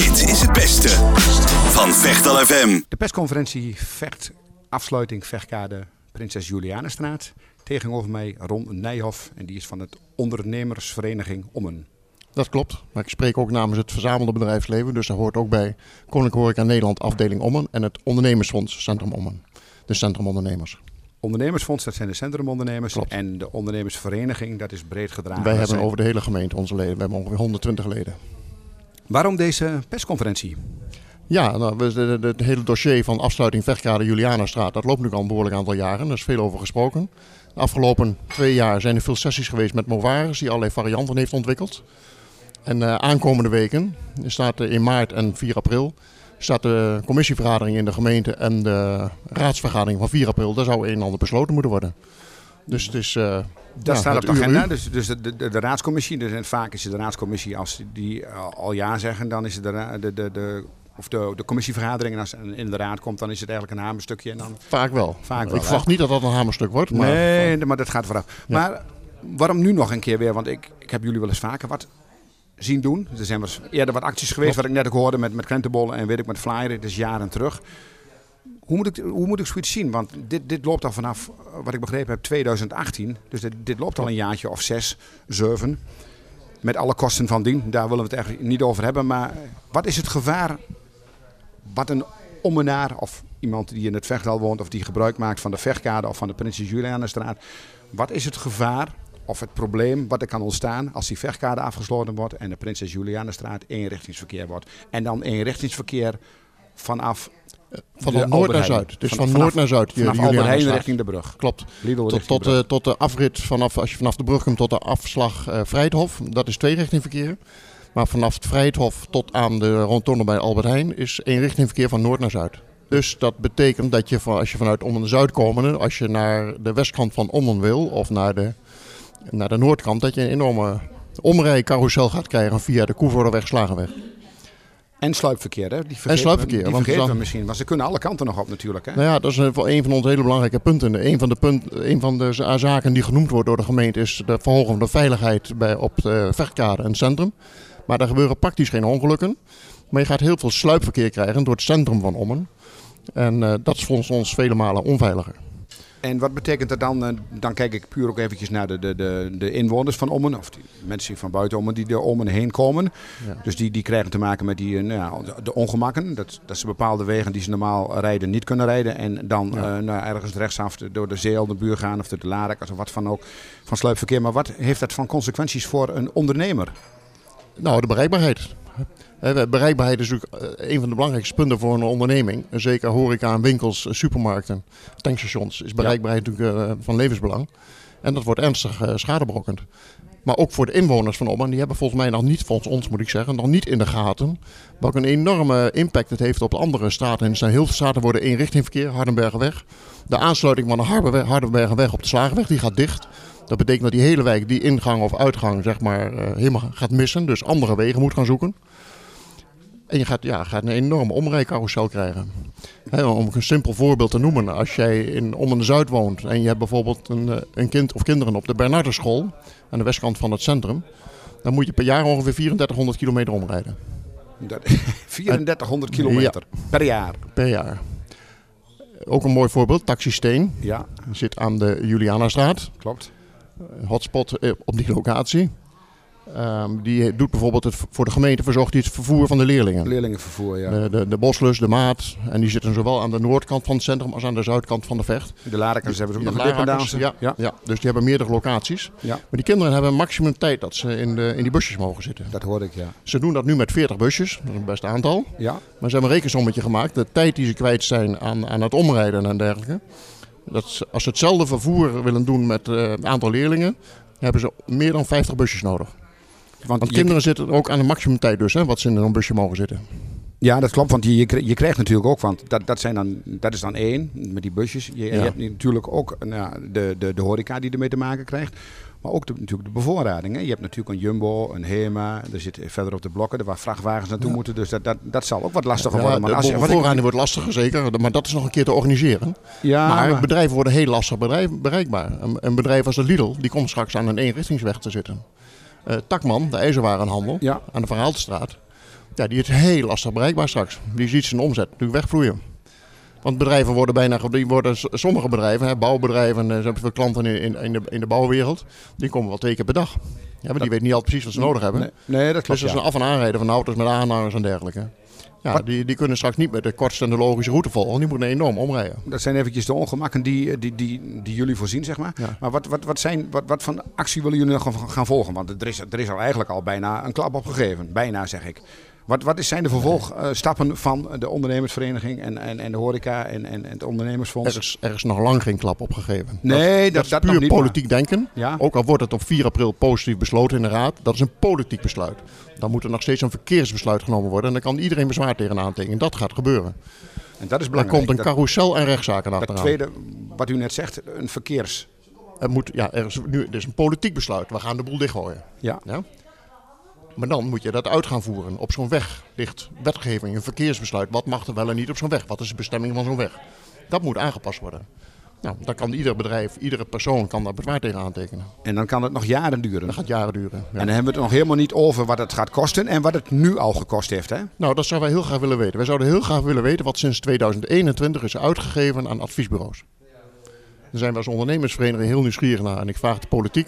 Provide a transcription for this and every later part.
Dit is het beste van Vechtal FM. De persconferentie Vecht, afsluiting Vechtkade Prinses Julianastraat. Tegenover mij Ron Nijhoff en die is van het ondernemersvereniging Ommen. Dat klopt, maar ik spreek ook namens het verzamelde bedrijfsleven. Dus daar hoort ook bij Koninklijke Horeca Nederland afdeling Ommen en het ondernemersfonds Centrum Ommen. De centrumondernemers. Ondernemersfonds, dat zijn de centrumondernemers. Klopt. En de ondernemersvereniging, dat is breed gedragen. Wij hebben over de hele gemeente onze leden. We hebben ongeveer 120 leden. Waarom deze persconferentie? Ja, nou, het hele dossier van afsluiting Vechtkade Julianastraat, dat loopt nu al een behoorlijk aantal jaren. Er is veel over gesproken. De afgelopen 2 jaar zijn er veel sessies geweest met Movares, die allerlei varianten heeft ontwikkeld. En aankomende weken, er staat in maart en 4 april, staat de commissievergadering in de gemeente en de raadsvergadering van 4 april. Daar zou een en ander besloten moeten worden. Dus het is... Dat staat op de agenda, dus de raadscommissie. Dus vaak is het de raadscommissie, als die al ja zeggen, dan is het de commissievergadering. En als het in de raad komt, dan is het eigenlijk een hamerstukje. En dan... Vaak wel. Ik verwacht hè? niet dat dat een hamerstuk wordt. Maar... Nee, maar dat gaat vooraf. Ja. Maar waarom nu nog een keer weer? Want ik heb jullie wel eens vaker wat zien doen. Er zijn wel eens eerder wat acties geweest, wat ik net ook hoorde met krentenbollen en weet ik met flyeren. Dat is jaren terug. Hoe moet ik zoiets zien? Want dit loopt al vanaf, wat ik begrepen heb, 2018. Dus dit loopt al een jaartje of 6, 7. Met alle kosten van dien. Daar willen we het eigenlijk niet over hebben. Maar wat is het gevaar wat een ommenaar of iemand die in het Vechtal woont of die gebruik maakt van de Vechtkade of van de Prinses Julianastraat. Wat is het gevaar of het probleem wat er kan ontstaan als die Vechtkade afgesloten wordt en de Prinses Julianastraat eenrichtingsverkeer wordt? En dan eenrichtingsverkeer vanaf... Van noord naar zuid. Dus van noord naar zuid. Vanaf Albert Heijn richting de brug. Klopt. Tot de afrit, als je vanaf de brug komt tot de afslag Vrijthof. Dat is 2-richting verkeer. Maar vanaf het Vrijthof tot aan de rondtonde bij Albert Heijn is 1-richting verkeer van noord naar zuid. Dus dat betekent dat je als je vanuit Ommen Zuid komende, als je naar de westkant van Ommen wil of naar de noordkant, dat je een enorme omrijcarousel gaat krijgen via de Koevoorderweg, Slagenweg. En sluipverkeer, hè? Die vergeten we misschien, want ze kunnen alle kanten nog op natuurlijk. Hè? Nou ja, dat is een van onze hele belangrijke punten. Een van de zaken die genoemd wordt door de gemeente is de verhoging van de veiligheid op de Vechtkade en het centrum. Maar daar gebeuren praktisch geen ongelukken. Maar je gaat heel veel sluipverkeer krijgen door het centrum van Ommen. En dat is volgens ons vele malen onveiliger. En wat betekent dat dan? Dan kijk ik puur ook eventjes naar de inwoners van Ommen. Of die mensen van buiten Ommen die door Ommen heen komen. Ja. Dus die krijgen te maken met de ongemakken. Dat ze bepaalde wegen die ze normaal rijden niet kunnen rijden. En dan ergens rechtsaf door de Zeel, de buur gaan of de Larek of wat van ook. Van sluipverkeer. Maar wat heeft dat van consequenties voor een ondernemer? Nou, de bereikbaarheid. Bereikbaarheid is natuurlijk een van de belangrijkste punten voor een onderneming. Zeker horeca, winkels, supermarkten, tankstations is bereikbaarheid natuurlijk van levensbelang. En dat wordt ernstig schadeberokkend. Maar ook voor de inwoners van Ommen, die hebben volgens mij nog niet, volgens ons moet ik zeggen, nog niet in de gaten welke een enorme impact het heeft op de andere straten. En er zijn heel veel straten worden eenrichting verkeer, Hardenbergenweg. De aansluiting van de Hardenbergenweg op de Slagenweg, die gaat dicht. Dat betekent dat die hele wijk die ingang of uitgang zeg maar helemaal gaat missen. Dus andere wegen moet gaan zoeken. En je gaat een enorme omrijcarousel krijgen. Om een simpel voorbeeld te noemen. Als jij in Ommen Zuid woont en je hebt bijvoorbeeld een kind of kinderen op de Bernardusschool aan de westkant van het centrum. Dan moet je per jaar ongeveer 3400 kilometer omrijden. 3400 kilometer per jaar? Per jaar. Ook een mooi voorbeeld, Taxi Steen. Ja. Zit aan de Julianastraat. Klopt. Hotspot op die locatie. Die doet bijvoorbeeld voor de gemeente verzorgt het vervoer van de leerlingen. Leerlingenvervoer, ja. De Boslus, de Maat. En die zitten zowel aan de noordkant van het centrum als aan de zuidkant van de Vecht. De Larekers hebben ze ook nog een dependance. Ja, dus die hebben meerdere locaties. Ja. Maar die kinderen hebben een maximum tijd dat ze in die busjes mogen zitten. Dat hoorde ik, ja. Ze doen dat nu met 40 busjes. Dat is een best aantal. Ja. Maar ze hebben een rekensommetje gemaakt. De tijd die ze kwijt zijn aan het omrijden en dergelijke. Als ze hetzelfde vervoer willen doen met een aantal leerlingen, hebben ze meer dan 50 busjes nodig. Want kinderen zitten ook aan de maximumtijd dus, wat ze in een busje mogen zitten. Ja, dat klopt, want je krijgt natuurlijk ook, want dat is dan één, met die busjes. Je hebt natuurlijk ook de horeca die ermee te maken krijgt. Maar ook natuurlijk de bevoorrading. Hè. Je hebt natuurlijk een Jumbo, een Hema. Er zit verder op de blokken waar vrachtwagens naartoe moeten. Dus dat zal ook wat lastiger worden. Maar de bevoorrading wordt lastiger, zeker. Maar dat is nog een keer te organiseren. Ja, maar bedrijven worden heel lastig bereikbaar. Een bedrijf als de Lidl, die komt straks aan een eenrichtingsweg te zitten. Takman, de ijzerwarenhandel, aan de Verhaaltestraat. Ja, die is heel lastig bereikbaar straks. Die ziet zijn omzet natuurlijk wegvloeien. Want bedrijven worden sommige bedrijven, bouwbedrijven, ze hebben veel klanten in de bouwwereld, die komen wel 2 keer per dag. Ja, maar die weten niet altijd precies wat ze nodig hebben. Nee, dat klopt. Dus dat is een af- en aanrijden van auto's met aanhangers en dergelijke. Ja, die kunnen straks niet met de kortste en de logische route volgen. Die moeten enorm omrijden. Dat zijn eventjes de ongemakken die jullie voorzien, zeg maar. Ja. Maar wat van actie willen jullie nog gaan volgen? Want er is al eigenlijk al bijna een klap opgegeven. Bijna, zeg ik. Wat zijn de vervolgstappen van de ondernemersvereniging en de horeca en het ondernemersfonds? Er is nog lang geen klap opgegeven. Nee, dat is puur nog niet, politiek denken. Ja? Ook al wordt het op 4 april positief besloten in de raad. Dat is een politiek besluit. Dan moet er nog steeds een verkeersbesluit genomen worden. En dan kan iedereen bezwaar tegen aantekenen. Dat gaat gebeuren. En dat is Er belangrijk. komt een carousel en rechtszaken Dat achteraan. tweede, wat u net zegt, een verkeers... Er is een politiek besluit. We gaan de boel dichtgooien. Ja. Ja? Maar dan moet je dat uit gaan voeren. Op zo'n weg ligt wetgeving, een verkeersbesluit. Wat mag er wel en niet op zo'n weg? Wat is de bestemming van zo'n weg? Dat moet aangepast worden. Nou, dan kan ieder bedrijf, iedere persoon kan daar bezwaar tegen aantekenen. En dan kan het nog jaren duren. Dat gaat jaren duren. Ja. En dan hebben we het nog helemaal niet over wat het gaat kosten en wat het nu al gekost heeft. Hè? Nou, dat zouden wij heel graag willen weten. Wij zouden heel graag willen weten wat sinds 2021 is uitgegeven aan adviesbureaus. Daar zijn we als ondernemersvereniging heel nieuwsgierig naar. En ik vraag de politiek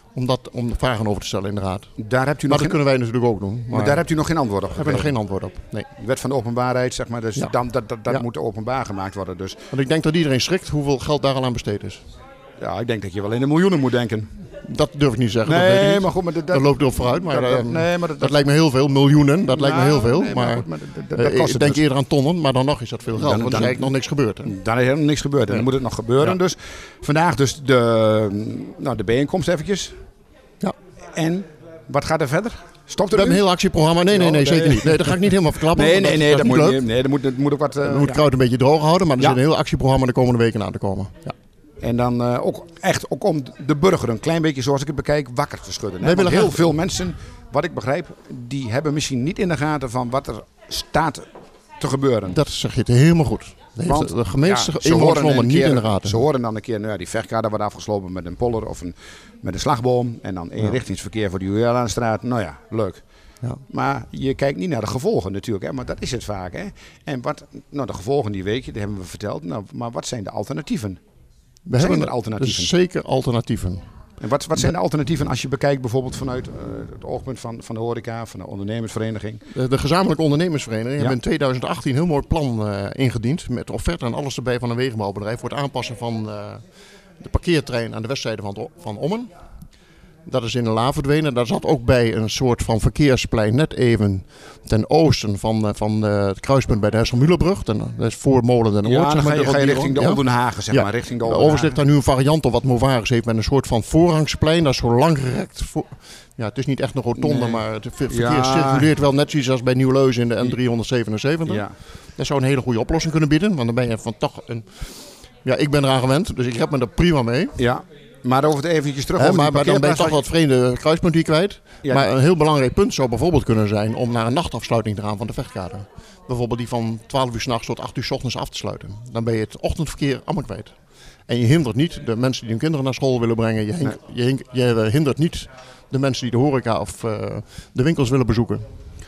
om vragen over te stellen in de raad. Daar hebt u Maar nog dat kunnen wij natuurlijk ook doen. maar daar hebt u nog geen antwoord op Daar hebben we gekregen. nog geen antwoord op. Nee. De wet van de openbaarheid, zeg maar, dus Ja. dat Ja. moet openbaar gemaakt worden. Dus Want ik denk dat iedereen schrikt hoeveel geld daar al aan besteed is. ja, ik denk dat je wel in de miljoenen moet denken. Dat durf ik niet te zeggen. dat weet ik Nee, niet. maar goed, maar Dat loopt erop vooruit. Maar, dat dat lijkt me heel veel. Miljoenen, dat lijkt me heel veel. Nee, maar goed, dat kost ik het denk dus. eerder aan tonnen, maar dan nog is dat veel geld. Want er is eigenlijk nog niks gebeurd. Hè? Dan is helemaal niks gebeurd en dan moet het nog gebeuren. Ja. Dus vandaag dus de bijeenkomst eventjes. Ja. En wat gaat er verder? Stopt We er hebben nu? een heel actieprogramma. Nee, zeker niet. Nee, dat ga ik niet helemaal verklappen. Nee, want dat is niet leuk. moet ook wat... We moeten kruid een beetje droog houden, maar er Ja. zit een heel actieprogramma de komende weken aan te komen. Ja. En dan ook om de burger een klein beetje, zoals ik het bekijk, wakker te schudden. Hè? Wij Want willen heel graag- veel mensen, wat ik begrijp, die hebben misschien niet in de gaten van wat er staat te gebeuren. Dat zeg je het helemaal goed. Want, De gemeente ze horen inwonersnommer een niet keer- in de gaten. Ze horen dan een keer, nou ja, die vechtkader wordt afgesloten met een poller of met een slagboom. En dan eenrichtingsverkeer voor de Julianastraat. Nou ja, leuk. Ja. Maar je kijkt niet naar de gevolgen natuurlijk, hè? Maar dat is het vaak. Hè? En de gevolgen die weet je, die hebben we verteld. Nou, maar wat zijn de alternatieven? We Zijn hebben er alternatieven? Dus zeker alternatieven. En wat zijn de alternatieven als je bekijkt bijvoorbeeld vanuit het oogpunt van de horeca, van de ondernemersvereniging? De gezamenlijke ondernemersvereniging Ja. hebben in 2018 een heel mooi plan ingediend. Met offerte en alles erbij van een wegenbouwbedrijf voor het aanpassen van de parkeertrein aan de westzijde van Ommen. Dat is in de la verdwenen. Daar zat ook bij een soort van verkeersplein net even ten oosten van het kruispunt bij de Hesselmühlenbrug. Dat is voor Molen en Oort. Ja, dan zeg maar, ga je die richting de ja. Oldenhagen, zeg Ja. maar. Richting de Overigens ligt Oldenhagen. daar nu een variant op wat Movares heeft met een soort van voorrangsplein. Dat is zo langgerekt. Ja, het is niet echt een rotonde, Nee. maar het verkeer Ja. circuleert wel net zoals bij Nieuw-Leuzen in de N377. Ja. Dat zou een hele goede oplossing kunnen bieden. Want dan ben je van toch een... Ja, ik ben eraan gewend, dus ik heb me er prima mee. Ja, maar over het eventjes terug Hè, over die maar dan ben je toch parkeerplaats. wat vreemde kruispunt hier kwijt. Ja. Maar een heel belangrijk punt zou bijvoorbeeld kunnen zijn om naar een nachtafsluiting te gaan van de vechtkader. Bijvoorbeeld die van 12 uur 's nachts tot 8 uur 's ochtends af te sluiten. Dan ben je het ochtendverkeer allemaal kwijt. En je hindert niet de mensen die hun kinderen naar school willen brengen. Je hindert niet de mensen die de horeca of de winkels willen bezoeken.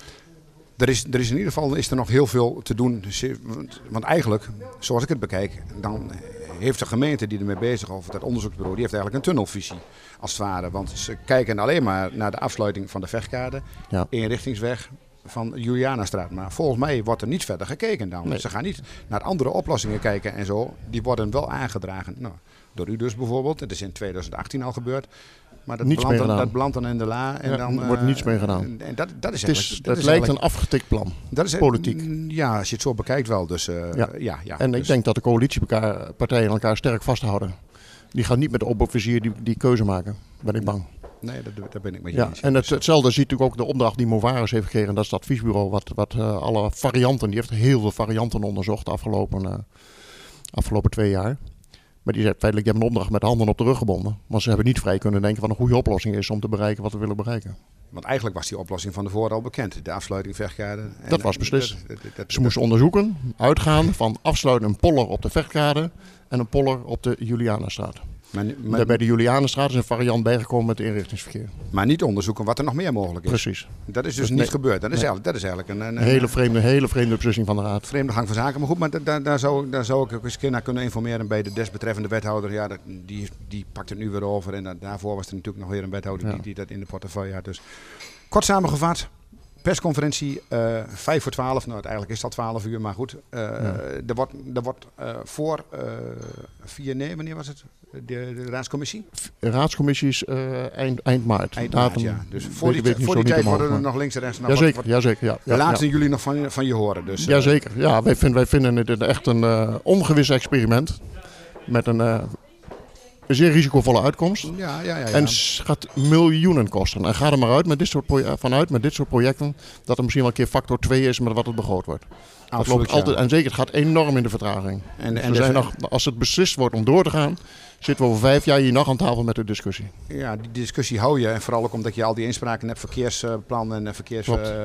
Er is in ieder geval nog heel veel te doen. Want eigenlijk, zoals ik het bekijk, dan heeft de gemeente die ermee bezig is, of dat onderzoeksbureau, die heeft eigenlijk een tunnelvisie als het ware. Want ze kijken alleen maar naar de afsluiting van de Vechtkade, Ja. eenrichtingsweg van Julianastraat. Maar volgens mij wordt er niet verder gekeken dan. Nee. Ze gaan niet naar andere oplossingen kijken en zo. Die worden wel aangedragen. Nou, door u dus bijvoorbeeld. Het is in 2018 al gebeurd. Maar dat Niets mee gedaan. dat belandt dan in de la. En Ja, dan, er wordt niets mee gedaan. En dat is Het eigenlijk... lijkt eigenlijk- een afgetikt plan. dat is politiek. Ja, als je het zo bekijkt wel. Dus ja. En dus, ik denk dat de coalitiepartijen elkaar sterk vasthouden. Die gaan niet met de open-officier die keuze maken, ben ik bang. Nee, daar ben ik met je Ja, eens. en hetzelfde ziet natuurlijk ook de opdracht die Movares heeft gekregen. Dat is het adviesbureau wat alle varianten, die heeft heel veel varianten onderzocht de afgelopen 2 jaar. Maar die hebben feitelijk een opdracht met de handen op de rug gebonden. Want ze hebben niet vrij kunnen denken wat een goede oplossing is om te bereiken wat we willen bereiken. Want eigenlijk was die oplossing van tevoren al bekend. De afsluiting Vechtkade. En Dat was beslist. dat- Ze moesten onderzoeken, uitgaan van afsluiten een poller op de Vechtkade en een poller op de Julianastraat. Bij de Julianenstraat is een variant bijgekomen met inrichtingsverkeer. Maar niet onderzoeken wat er nog meer mogelijk is. Precies. Dat is dus niet gebeurd. Dat is eigenlijk een hele vreemde beslissing van de Raad. Vreemde gang van zaken. Maar goed, maar daar zou ik ook eens een keer naar kunnen informeren bij de desbetreffende wethouder. Ja, die pakt het nu weer over. En daarvoor was er natuurlijk nog weer een wethouder die dat in de portefeuille had. Dus kort samengevat. Persconferentie 5:45. Nou, eigenlijk is dat 12 uur, maar goed. Er wordt voor 4, nee, wanneer was het? De raadscommissie? De raadscommissie is eind maart. Eind maart, ja. Dus voor die tijd worden er nog links en rechts... Jazeker. We laten jullie nog van je horen. Dus, jazeker. Ja, wij vinden het echt een ongewis experiment. Met een zeer risicovolle uitkomst. Ja. En het gaat miljoenen kosten. En ga er maar uit met dit soort projecten dat er misschien wel een keer factor 2 is met wat het begroot wordt. Absoluut, dat loopt altijd, en zeker, het gaat enorm in de vertraging. Als het beslist wordt om door te gaan, zitten we over 5 jaar hier nog aan tafel met de discussie. Ja, die discussie hou je. En vooral ook omdat je al die inspraken hebt, verkeersplan en verkeers...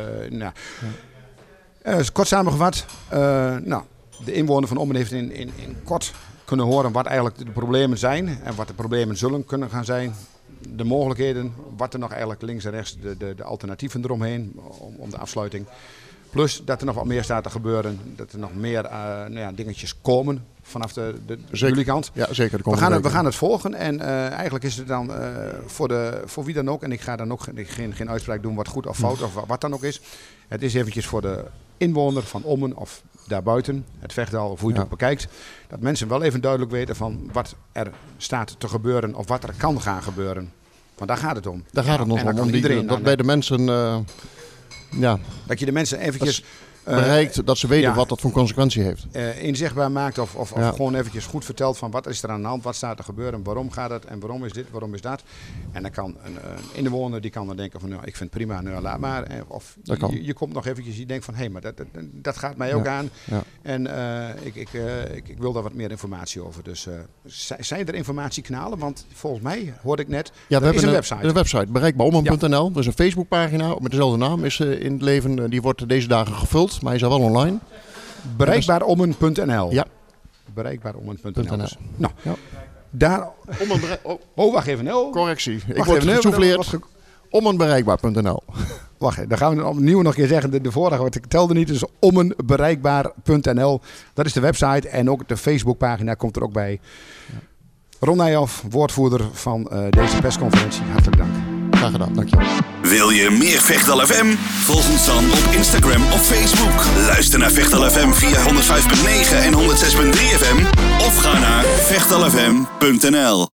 kort samengevat, de inwoner van Ommen heeft in kort kunnen horen wat eigenlijk de problemen zijn en wat de problemen zullen kunnen gaan zijn. De mogelijkheden, wat er nog eigenlijk links en rechts, de alternatieven eromheen om de afsluiting. Plus dat er nog wat meer staat te gebeuren, dat er nog meer dingetjes komen vanaf jullie kant. Ja, zeker. We gaan het volgen en eigenlijk is het dan voor wie dan ook, en ik ga dan ook geen uitspraak doen wat goed of fout of wat dan ook is. Het is eventjes voor de inwoner van Ommen of daarbuiten, het Vechtdal of hoe je het ook bekijkt, dat mensen wel even duidelijk weten van wat er staat te gebeuren of wat er kan gaan gebeuren. Want daar gaat het om. Daar gaat het nog om. Dat bij de mensen... Dat je de mensen eventjes... bereikt dat ze weten wat dat voor consequentie heeft. Inzichtbaar maakt of gewoon eventjes goed vertelt van wat is er aan de hand, wat staat er gebeuren, waarom gaat het en waarom is dit, waarom is dat. En dan kan een inwoner die kan dan denken van ik vind het prima, laat maar. Of je komt nog eventjes, je denkt van hé, maar dat gaat mij ook aan. Ja. En ik wil daar wat meer informatie over. Dus zijn er informatiekanalen? Want volgens mij hoorde ik net, we hebben een website. Een website, bereikbaarommen.nl. Er is een Facebookpagina met dezelfde naam is in het leven. Die wordt deze dagen gevuld. Maar hij is al wel online. Bereikbaarommen.nl. Ja. Bereikbaarommen.nl. Dus, daar... wacht even. Correctie. Ik word gesouffleerd. Ommenbereikbaar.nl. Wacht, dan gaan we opnieuw nog een keer zeggen. De vorige, wat ik telde niet, dus ommenbereikbaar.nl. Dat is de website en ook de Facebookpagina komt er ook bij. Ron Nijhoff, woordvoerder van deze persconferentie. Hartelijk dank. Graag gedaan, dankjewel. Wil je meer Vechtdal FM? Volg ons dan op Instagram of Facebook. Luister naar Vechtdal FM via 105.9 en 106.3 FM. Of ga naar vechtdalfm.nl.